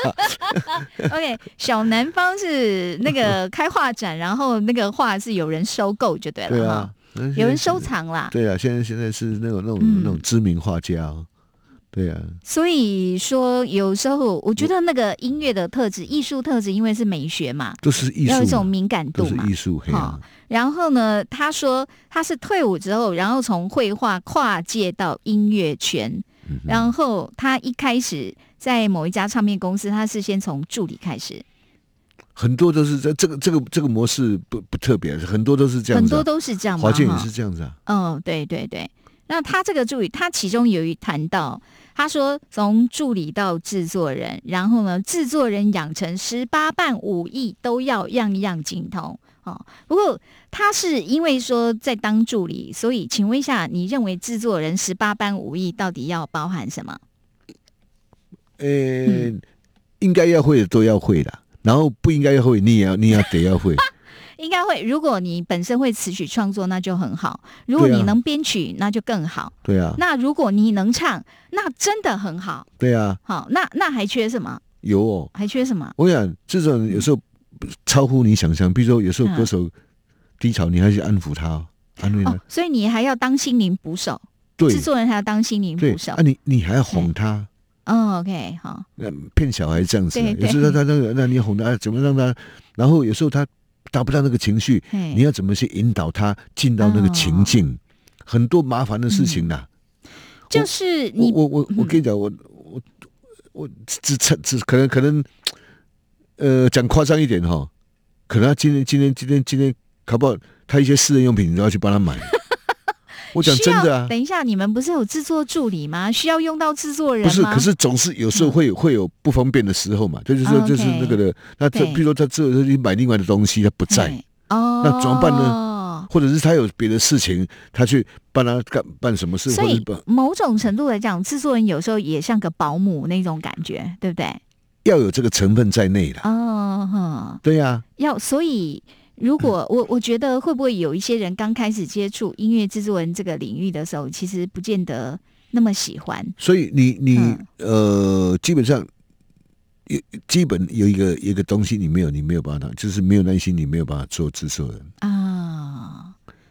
？OK， 小南方是那个开画展，然后那个画是有人收购就对了， 对啊， 有人收藏啦。 对啊，现在现在是那种那种、嗯、那种知名画家、哦。对啊， 所以说有时候我觉得那个音乐的特质、艺术特质，因为是美学嘛， 都是艺术， 要有一种敏感度嘛， 都是艺术。 好、哦，然后呢，他说他是退伍之后，然后从绘画跨界到音乐圈、嗯，然后他一开始在某一家唱片公司，他是先从助理开始。 很多都是在这个这个这个模式不不特别，很多都是这样子、啊， 很多都是这样嘛， 华健也是这样子啊。 嗯，对对对。那他这个助理，他其中有一谈到，他说从助理到制作人，然后呢，制作人养成十八般武艺都要样样精通哦。不过他是因为说在当助理，所以请问一下，你认为制作人十八般武艺到底要包含什么？ 呃、嗯，应该要会的都要会啦，然后不应该要会，你也要你也要得要会。 应该会，如果你本身会词曲创作，那就很好；如果你能编曲，那就更好。 对啊。 那如果你能唱，那真的很好。 对啊。 好，那那还缺什么？ 有哦。还缺什么？ 我跟你讲，这种有时候超乎你想象，比如说有时候歌手低潮，你还去安抚他，安慰他、 哦。所以你还要当心灵捕手。 对。 制作人还要当心灵捕手。 啊你，你你还要哄他。 哦 ，OK， 好。 骗小孩这样子、啊，有时候他他那个，那你哄他，怎么让他？然后有时候他。达不到那个情绪，你要怎么去引导他进到那个情境？哦、很多麻烦的事情啦。 嗯、就是你， 我我我我跟你讲，我我我只只只可能可能，呃，讲夸张一点哈，可能他今天今天今天今天搞不好他一些私人用品，你都要去帮他买。我讲真的啊， 等一下，你们不是有制作助理吗？需要用到制作人吗？ 不是，可是总是有时候会有、嗯、会有不方便的时候嘛，就是说、哦、就是那个的，那这比如说他这个去买另外的东西，他不在， 哦， 那怎么办呢？或者是他有别的事情，他去帮他干办什么事？ 所以某种程度来讲，制作人有时候也像个保姆那种感觉，对不对？ 要有这个成分在内了。 哦，哼， 对呀、啊， 要所以。如果我我觉得会不会有一些人刚开始接触音乐制作人这个领域的时候，其实不见得那么喜欢。 所以你你、嗯、呃，基本上有基本有一个一个东西你没有，你没有办法，就是没有耐心，你没有办法做制作人啊。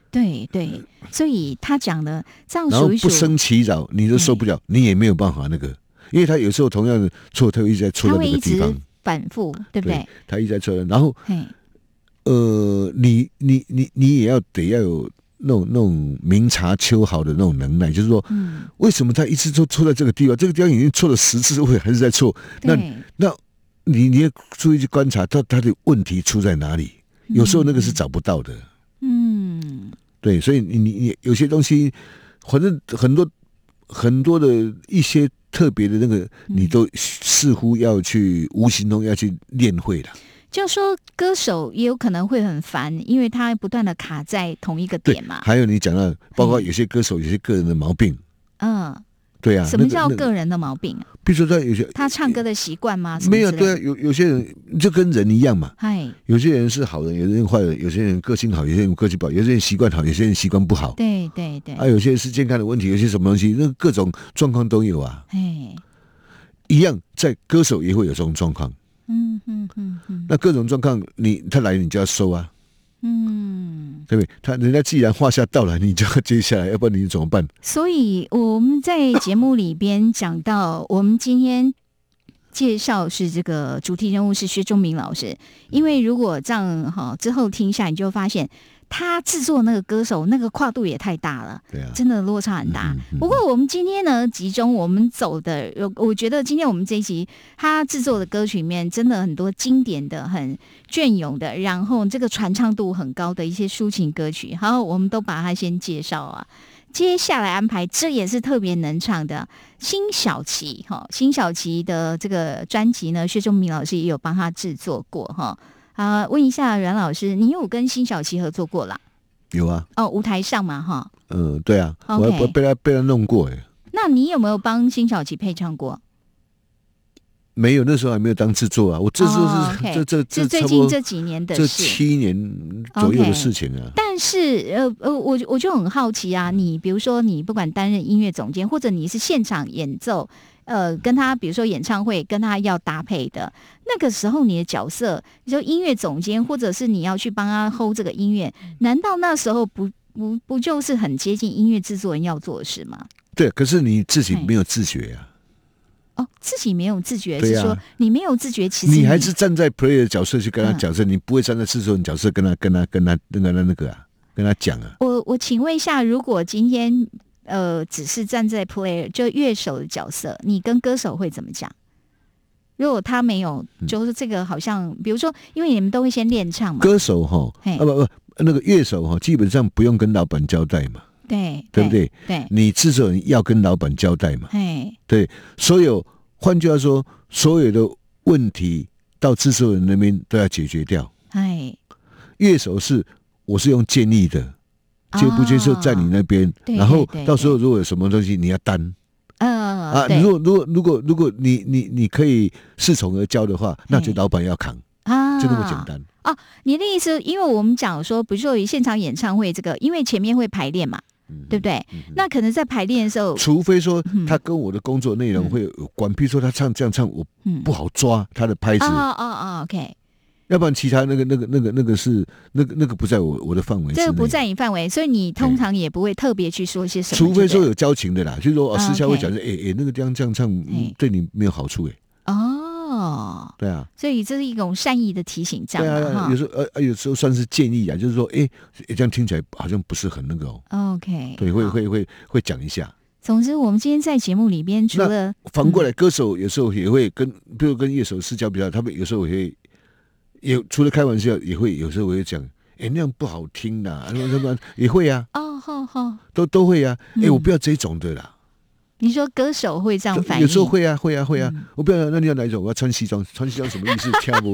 对对，所以他讲的这样然后数一数， 不生其扰，你都受不了，你也没有办法那个，因为他有时候同样的错，他会一直在错他会一在那个地方直，反复，对不对？ 对，他一直在错，然后嘿， 呃，你你你你也要得要有那种那种明察秋毫的那种能耐，就是说， 嗯， 为什么他一直都错在这个地方？这个地方已经错了十次，会还是在错？那对， 那你你要注意去观察到他的问题出在哪里。有时候那个是找不到的， 嗯， 对，所以你你你有些东西，反正很多很多的一些特别的那个，你都似乎要去无形中要去练会了。 就说歌手也有可能会很烦，因为他不断的卡在同一个对点嘛。 还有你讲到，包括有些歌手有些个人的毛病， 嗯， 对啊， 什么叫那个那个个人的毛病啊？ 比如说他有些他唱歌的习惯吗？什么没有， 之类的对啊，有有些人就跟人一样嘛， 嗨， 有些人是好人，有些人坏人，有些人个性好，有些人个性不好，有些人习惯好，有些人习惯不好， 对对对， 啊，有些人是健康的问题，有些什么东西，那各种状况都有啊。 哎， 一样，在歌手也会有这种状况。 嗯嗯嗯嗯那各种状况，你他来你就要收啊， 嗯， 对不对？他人家既然画下道来，你就要接下来，要不然你怎么办？ 所以我们在节目里边讲到，我们今天介绍是这个主题人物是薛仲明老师，因为如果这样哈之后听下来，你就会发现他制作那个歌手那个跨度也太大了。 对啊， 真的落差很大。 嗯嗯不过我们今天呢，集中我们走的，我觉得今天我们这一集他制作的歌曲里面，真的很多经典的、很隽永的，然后这个传唱度很高的一些抒情歌曲，好，我们都把它先介绍啊。接下来安排，这也是特别能唱的辛晓琪哈，辛晓琪的这个专辑呢，薛仲明老师也有帮他制作过哈。啊，问一下阮老师，你有跟辛晓琪合作过啦？ 有啊， 哦，舞台上嘛哈。 嗯，对啊， OK 我我被他被他弄过哎， 那你有没有帮辛晓琪配唱过？ 没有，那时候还没有当制作啊，我这时候哦是、 ，OK 这这这是最差不多近这几年的这事。 七年左右的事情啊。 但是呃呃，我我就很好奇啊，你比如说你不管担任音乐总监，或者你是现场演奏，呃，跟他比如说演唱会跟他要搭配的那个时候，你的角色，你说音乐总监，或者是你要去帮他 hold 这个音乐，难道那时候不不不就是很接近音乐制作人要做的事吗？ 对，可是你自己没有自觉啊， 哦，自己没有自觉， 对啊是说你没有自觉，其实你还是站在 player 的角色去跟他嗯角色，你不会站在制作人角色跟他跟他跟他那个那个啊，跟他讲啊。 我我请问一下，如果今天呃只是站在 player 就乐手的角色，你跟歌手会怎么讲？如果他没有，就是这个好像，比如说，因为你们都会先练唱嘛， 歌手哈， 嘿啊不不，那个乐手哈，基本上不用跟老板交代嘛， 对对不对？ 对， 你制作人要跟老板交代嘛， 嘿， 对，所有换句话说，所有的问题到制作人那边都要解决掉。 哎， 乐手是我是用建议的，接不接受在你那边， 对然后对对到时候如果有什么东西你要担。 呃， 啊， 对如果如果如果如果你你你可以恃宠而骄的话，那就老板要扛， 啊， 就那么简单。 哦，你的意思，因为我们讲说，比如说有现场演唱会这个，因为前面会排练嘛，对不对？那可能在排练的时候， 除非说嗯他跟我的工作内容会有关，比如说他唱这样唱，我嗯不好抓他的拍子， 哦哦哦，OK， 要不然其他那个那个那个那个是那个那个不在我我的范围之内， 这个不在你范围，所以你通常也不会特别去说些什么， 除非说对不有交情的啦，就是说哦啊私下会 OK 讲说，哎哎那个这样这样唱嗯哎对你没有好处哎， 对哦， 对啊。 所以这是一种善意的提醒，这对样嘛哈啊，有时候呃呃有时候算是建议啊，就是说，哎，诶这样听起来好像不是很那个哦， ，OK， 对，会好会会会讲一下。 总之，我们今天在节目里边，除了反过来，歌手有时候也会跟，比如跟乐手私交比较，他们有时候也会，也除了开玩笑，也会有时候会讲，哎，那样不好听啦，什么什么也会啊， 哦，好好， 都都会啊，哎， 嗯我不要这种的啦， 你说歌手会这样反应， 有时候会啊，会啊，会啊， 嗯我不要，那你要哪一种？我要穿西装，穿西装什么意思？跳舞？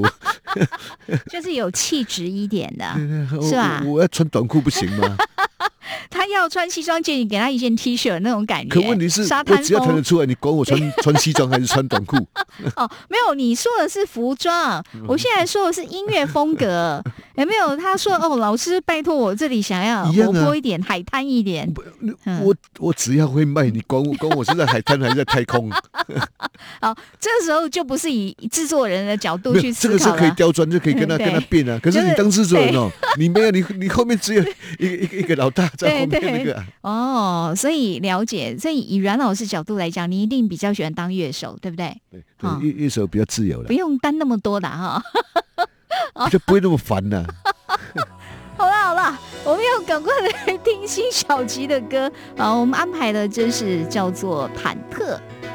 就是有气质一点的， 对对是吧我我要穿短裤不行吗？ 他他要穿西装，建议给他一件 T 恤那种感觉。 可问题是， 沙滩我只要弹得出来，你管我穿穿西装还是穿短裤？ 哦，没有，你说的是服装，我现在说的是音乐风格，有没有？他说哦，老师拜托我这里想要活泼一点，海滩一点。 嗯、我我只要会卖，你管我管我是在海滩还是在太空？ 好，这个时候就不是以制作人的角度去思考了， 这个是可以刁钻，就可以跟他跟他变啊。可是你当制作人哦，你没有你你后面只有一个一个一个老大在后面那个、啊。 哦，所以了解，所以以阮老师角度来讲，你一定比较喜欢当乐手，对不对？ 对，对哦、乐乐手比较自由了， 不用担那么多的哈， 就不会那么烦了、啊。 好了好了，我们要赶快来听辛晓琪的歌啊！我们安排的真是叫做《忐忑》。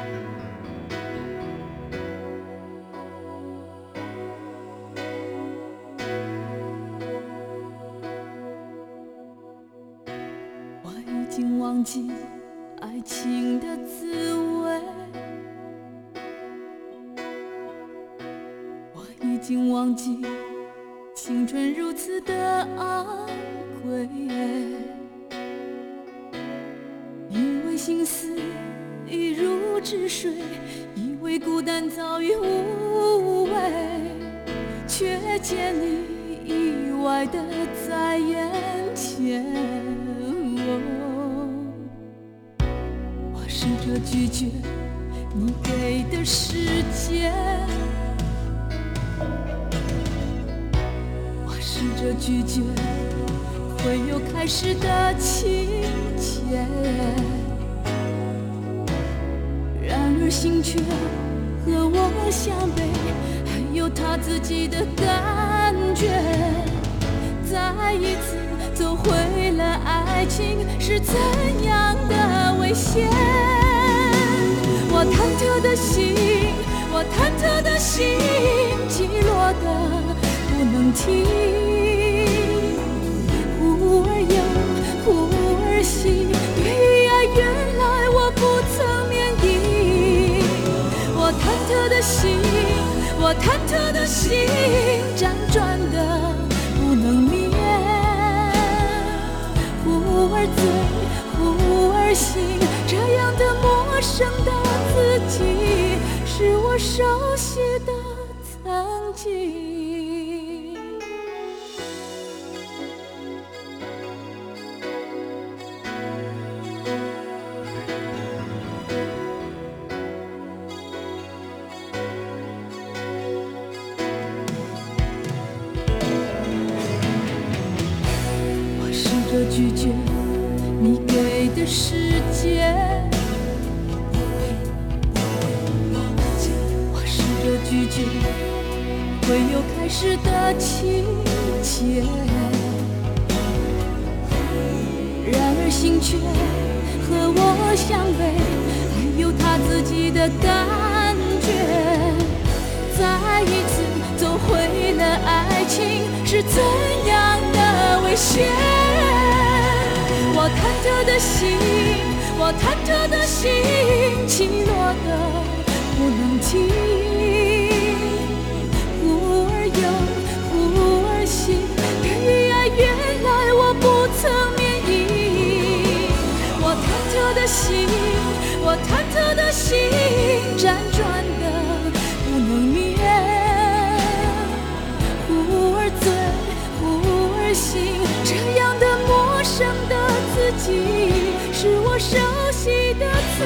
我已经忘记爱情的滋味，我已经忘记青春如此的昂贵，以为心思已如止水，以为孤单早已无味，却见你意外的在眼前。我试着拒绝你给的时间，试着拒绝会有开始的情节，然而心却和我相悖，还有他自己的感觉。再一次走回了爱情是怎样的危险，我忐忑的心，我忐忑的心起落的不能停，忽而有，忽而息，对于爱原来我不曾免疫。我忐忑的心，我忐忑的心辗转的不能眠，忽而醉，忽而醒，这样的陌生的自己是我熟悉的曾经。拒绝你给的时间，我试着拒绝会有开始的情节，然而心却和我相悖，还有他自己的感觉。再一次走回了爱情是怎样的危险，我忐忑的心，我忐忑的心起落的不能停，忽而有，忽而醒，对于爱原来我不曾免疫。我忐忑的心，我忐忑的心辗转的不能眠，忽而醉，忽而醒，这样的陌生的自己是我熟悉的曾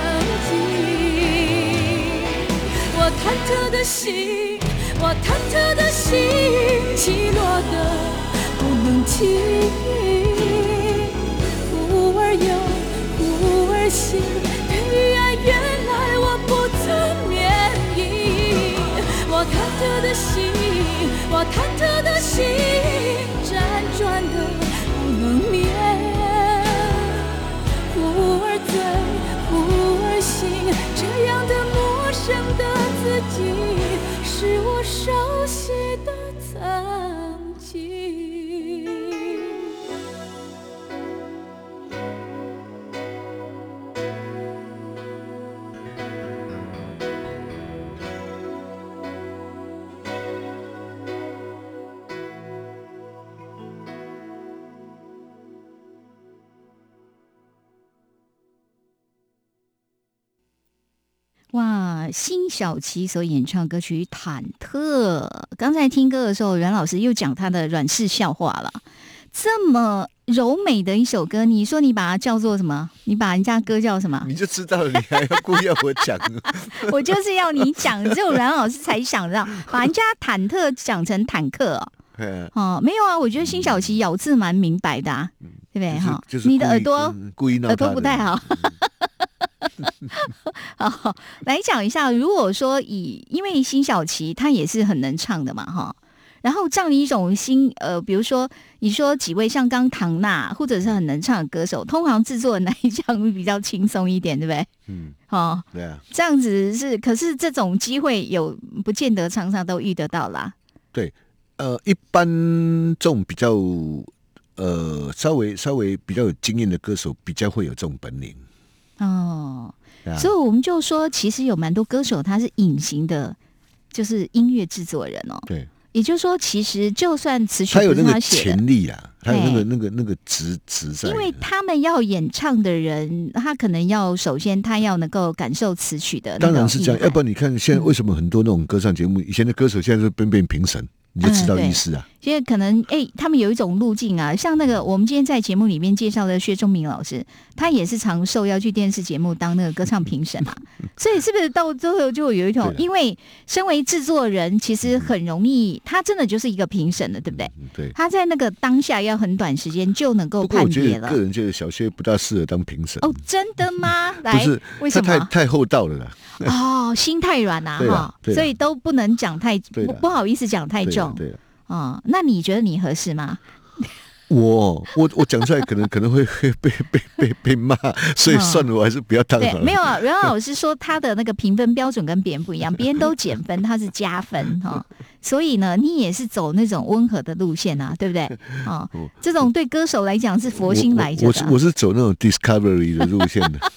经。我忐忑的心，我忐忑的心起落的不能停，忽而有，忽而醒，对于爱原来我不曾免疫。我忐忑的心，我忐忑的心辗转的不能眠，忽而醉，忽而醒，这样的陌生的自己是我熟悉的曾经。 哇，辛晓琪所演唱歌曲《忐忑》，刚才听歌的时候，阮老师又讲他的阮氏笑话了。这么柔美的一首歌，你说你把它叫做什么？你把人家歌叫什么？ 你就知道了，你还要故意要我讲？ 我就是要你讲，只有阮老师才想到把人家忐忑讲成坦克哦。哦，没有啊，我觉得辛晓琪咬字蛮明白的、啊，对不对？哈、 就是， 你的耳朵、 嗯、故意耳朵不太好。好，来讲一下，如果说以，因为辛晓琪她也是很能唱的嘛，哈。然后这样的一种新呃，比如说你说几位像刚唐娜或者是很能唱的歌手，通常制作人来讲会比较轻松一点，对不对？嗯，哦，对啊，这样子是，可是这种机会有不见得常常都遇得到啦。对， 呃，一般这种比较呃稍微稍微比较有经验的歌手，比较会有这种本领。 哦，啊、所以我们就说，其实有蛮多歌手他是隐形的，就是音乐制作人哦。对。也就是说，其实就算词曲不是他写的， 他有那个潜力啊，他有那个那个那个值值在。 因为他们要演唱的人，他可能要首先他要能够感受词曲的， 当然是这样。要不然你看现在为什么很多那种歌唱节目，以前的歌手现在都变变评审，你就知道意思啊。 因为可能哎、欸，他们有一种路径啊，像那个我们今天在节目里面介绍的薛仲明老师，他也是常受邀去电视节目当那个歌唱评审嘛，所以是不是到最后就有一种，因为身为制作人，其实很容易，他真的就是一个评审了，对不对？对，他在那个当下要很短时间就能够判别了。 个人觉得小薛不大适合当评审。 哦，真的吗？来， 不是， 为什么？ 他太太厚道了啦。 哦，心太软呐、啊，哈，所以都不能讲太不不好意思讲太重。对。哦，那你觉得你合适吗？ 我我我讲出来可能可能会被被被被骂，所以算了，我还是不要当好了。 没有啊，阮老师说他的那个评分标准跟别人不一样，别人都减分，他是加分哈、哦。所以呢，你也是走那种温和的路线啊，对不对？哦，这种对歌手来讲是佛心来着的。 我我, 我是走那种 discovery 的路线的。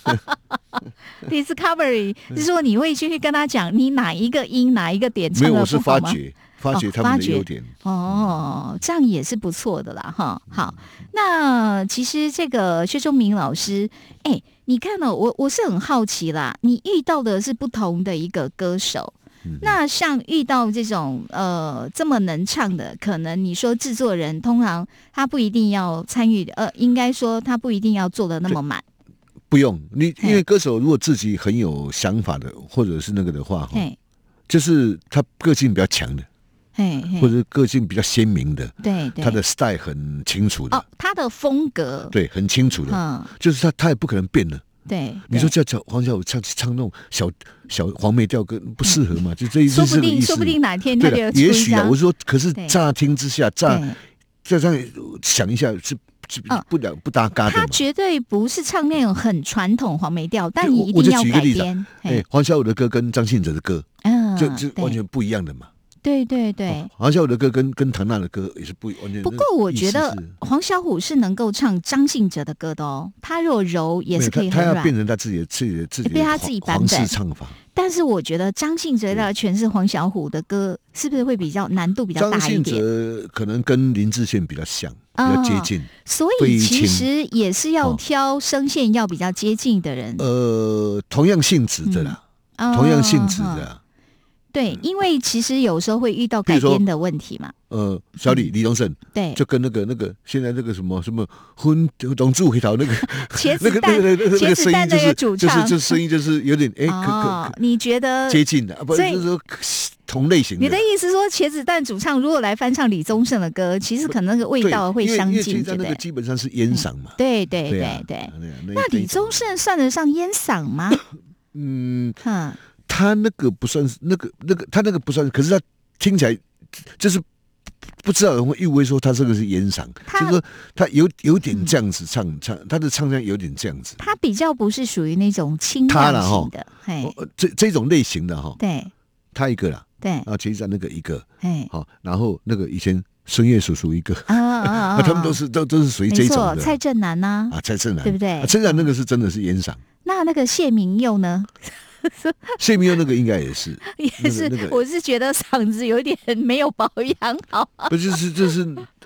discovery 是说你会去跟他讲你哪一个音哪一个点唱的不好吗？ 发掘他们的优点哦, 哦，这样也是不错的啦哈。好，那其实这个薛仲明老师，哎，你看哦，我我是很好奇啦，你遇到的是不同的一个歌手，嗯、那像遇到这种呃这么能唱的，可能你说制作人通常他不一定要参与，呃，应该说他不一定要做的那么满。 不用你，因为歌手如果自己很有想法的，或者是那个的话，就是他个性比较强的。嘿嘿或者个性比较鲜明的，对，对他的 style 很清楚的，哦， 他的风格对很清楚的，嗯，就是他他也不可能变了。对，你说叫叫黄小琥唱唱那种小小黄梅调歌不适合嘛？就这一说不定说不定哪天他就出也许啊，我说，可是乍听之下，乍再这样想一下是。不了不搭嘎的， 他绝对不是唱那种很传统黄梅调，但你一定要改编。 哎，黄小琥的歌跟张信哲的歌，嗯，就就完全不一样的嘛。 对对对， 黄小琥的歌跟跟唐娜的歌也是不完全。 不过我觉得黄小琥是能够唱张信哲的歌的哦，他如果柔也是可以很软。 他要变成他自己的自己的自己的他自己版本唱法。 但是我觉得张信哲要诠释黄小琥的歌，是不是会比较难度比较大一点？ 张信哲可能跟林志炫比较像，比较接近，哦、 所以其实也是要挑声线要比较接近的人。 呃，同样性质的啦，嗯、同样性质的、啊。 对，因为其实有时候会遇到改编的问题嘛。 呃，小李、嗯、李宗盛，对，就跟那个那个现在那个什么什么婚龙柱回头那个茄子蛋那个茄子蛋那个主唱， 就是声音就是有点哎， 哦，你觉得接近的，不是说同类型的。 你的意思说茄子蛋主唱如果来翻唱李宗盛的歌，其实可能那个味道会相近，对不对？ 那个基本上是烟嗓嘛。 对对对对。那李宗盛算得上烟嗓吗？ 嗯，哈。他那个不算是那个那个，他那个不算是，可是他听起来就是不知道人会以为说他这个是烟嗓，就是说他有有点这样子唱、嗯、唱，他的唱腔有点这样子。 他比较不是属于那种清亮型的， 哦、这这种类型的哈。 对， 他一个啦， 对， 然后前一站那个一个，好，然后那个以前孙越叔叔一个，啊啊啊，他们都是都都是属于这种的。 蔡振南呐， 啊，蔡振南， 对不对？ 啊、蔡振南那个是真的是烟嗓。 那那个谢明佑呢？ 谢明佑那个应该也是， 也是，那个那个、我是觉得嗓子有点没有保养好。 不就是就是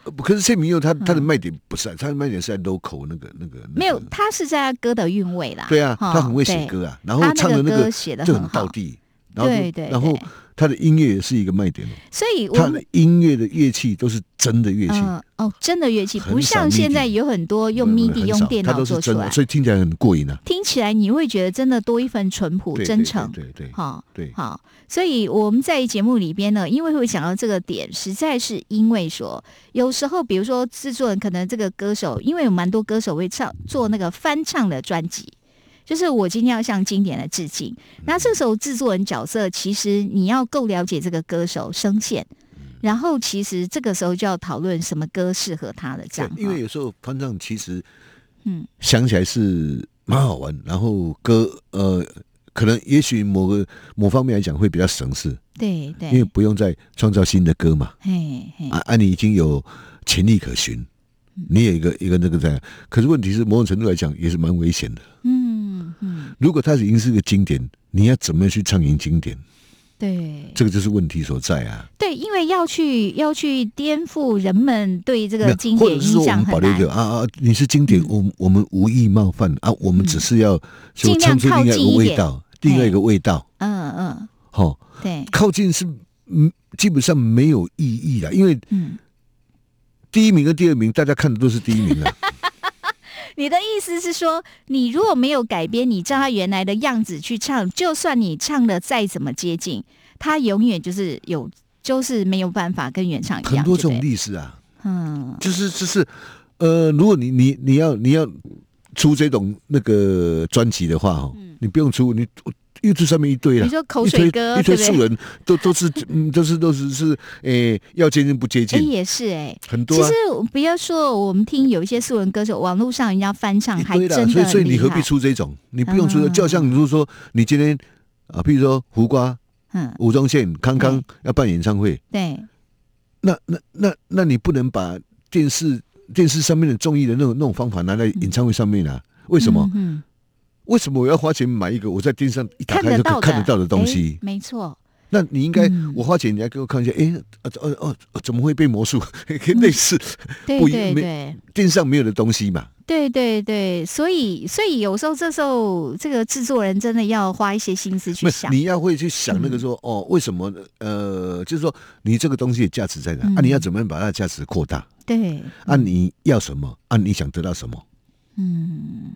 可是谢明佑他他的卖点不是、啊，他的卖点是在 local 那个那个、那个、 没有，他是在他歌的韵味啦。 对啊，他很会写歌啊，然后唱的那个就很道地，然后对对， 然后他的音乐也是一个卖点哦。 所以他的音乐的乐器都是真的乐器、 呃、哦，真的乐器，不像现在有很多用 M I D I 用电脑做出来， 所以听起来很过瘾啊。 听起来你会觉得真的多一份淳朴、真诚。 对对对， 好， 对好。所以我们在节目里边呢，因为会讲到这个点，实在是因为说，有时候比如说制作人可能这个歌手，因为有蛮多歌手会唱做那个翻唱的专辑，就是我今天要向经典的致敬。那这时候制作人角色，其实你要够了解这个歌手声线，然后其实这个时候就要讨论什么歌适合他的这样。 因为有时候翻唱其实，嗯，想起来是蛮好玩，然后歌呃。可能也许某个某方面来讲会比较省事， 对对， 因为不用再创造新的歌嘛， 嘿嘿啊啊，你已经有潜力可循，你有一个一个那个在，可是问题是某种程度来讲也是蛮危险的，嗯嗯，如果它已经是个经典，你要怎么去唱赢经典？ 对， 这个就是问题所在啊。 对，因为要去要去颠覆人们对这个经典印象很难。或者是我们保留一个啊啊，你是经典，嗯、我我们无意冒犯啊，我们只是要就唱出另外一个味道。另外一个味道， 嗯嗯， 好， 对， 靠近是嗯基本上没有意义的，因为嗯，第一名跟第二名大家看的都是第一名啊。 你的意思是说，你如果没有改编，你照他原来的样子去唱，就算你唱的再怎么接近，他永远就是有，就是没有办法跟原唱一样。 很多这种例子啊，嗯，就是就是呃，如果你你你要你要出这种那个专辑的话，哈、嗯，你不用出你。YouTube 上面一堆啦， 你说口水歌， 一堆素人都都是嗯，都是都是是诶，要接近不接近， 哎、欸，也是哎、欸， 很多、啊。 其实不要说我们听有一些素人歌手，网络上人家翻唱还真的很厉害。 所以所以你何必出这种？你不用出的，嗯、就好像如果说你今天啊，譬如说胡瓜、嗯，吴宗宪、康康要办演唱会， 对， 那那那那你不能把电视电视上面的综艺的那种那种方法拿在演唱会上面啊？为什么？嗯。为什么我要花钱买一个我在电视上一打开就可以看得到的东西？ 没错， 那你应该、嗯、我花钱，你来给我看一下，哎，哦哦哦，怎么会变魔术？类似， 对对对， 电视上没有的东西嘛。 对对对，所以所以有时候这时候这个制作人真的要花一些心思去想， 你要会去想那个说、嗯、哦，为什么呃，就是说你这个东西的价值在哪？嗯、啊，你要怎么样把它的价值扩大？ 对， 啊，你要什么？啊，你想得到什么？ 嗯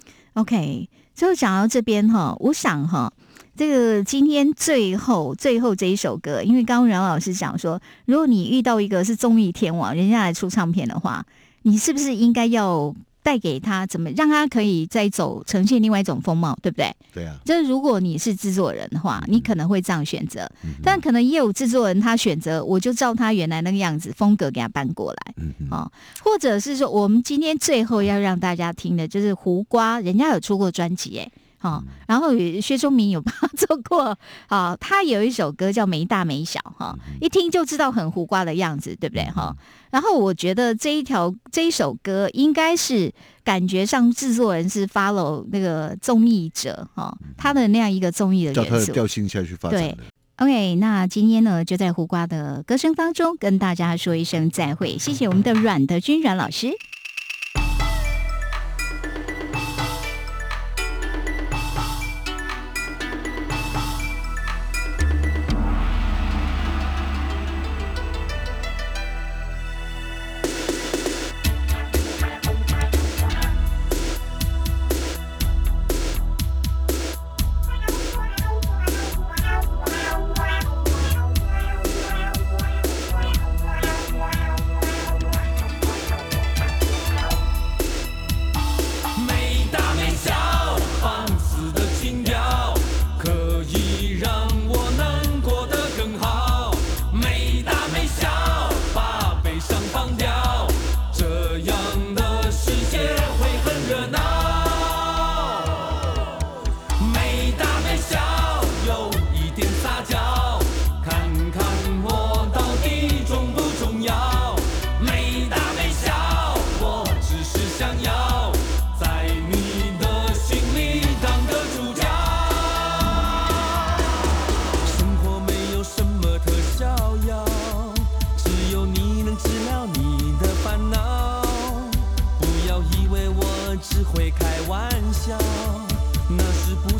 ，OK。就讲到这边哈，我想哈，这个今天最后最后这一首歌，因为刚刚阮老师讲说，如果你遇到一个是综艺天王，人家来出唱片的话，你是不是应该要带给他怎么让他可以再走呈现另外一种风貌，对不对？ 对啊。 就是如果你是制作人的话，你可能会这样选择，嗯、但可能也有制作人他选择，我就照他原来那个样子风格给他搬过来，嗯哦，或者是说，我们今天最后要让大家听的就是胡瓜，人家有出过专辑哎。哦，然后薛忠明有帮他做过，啊，他有一首歌叫《没大没小》哈，一听就知道很胡瓜的样子，对不对哈？然后我觉得这一条这一首歌应该是感觉上制作人是 follow 那个综艺者哈，他的那样一个综艺的元素， 照他的调性下去发展的。 对 ，OK， 那今天呢就在胡瓜的歌声当中跟大家说一声再会，谢谢我们的阮德军阮老师。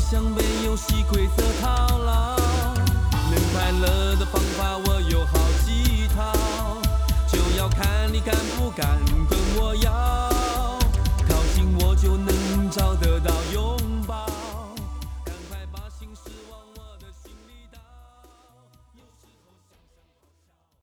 想被游戏规则套牢，能快乐的方法我有好几套，就要看你敢不敢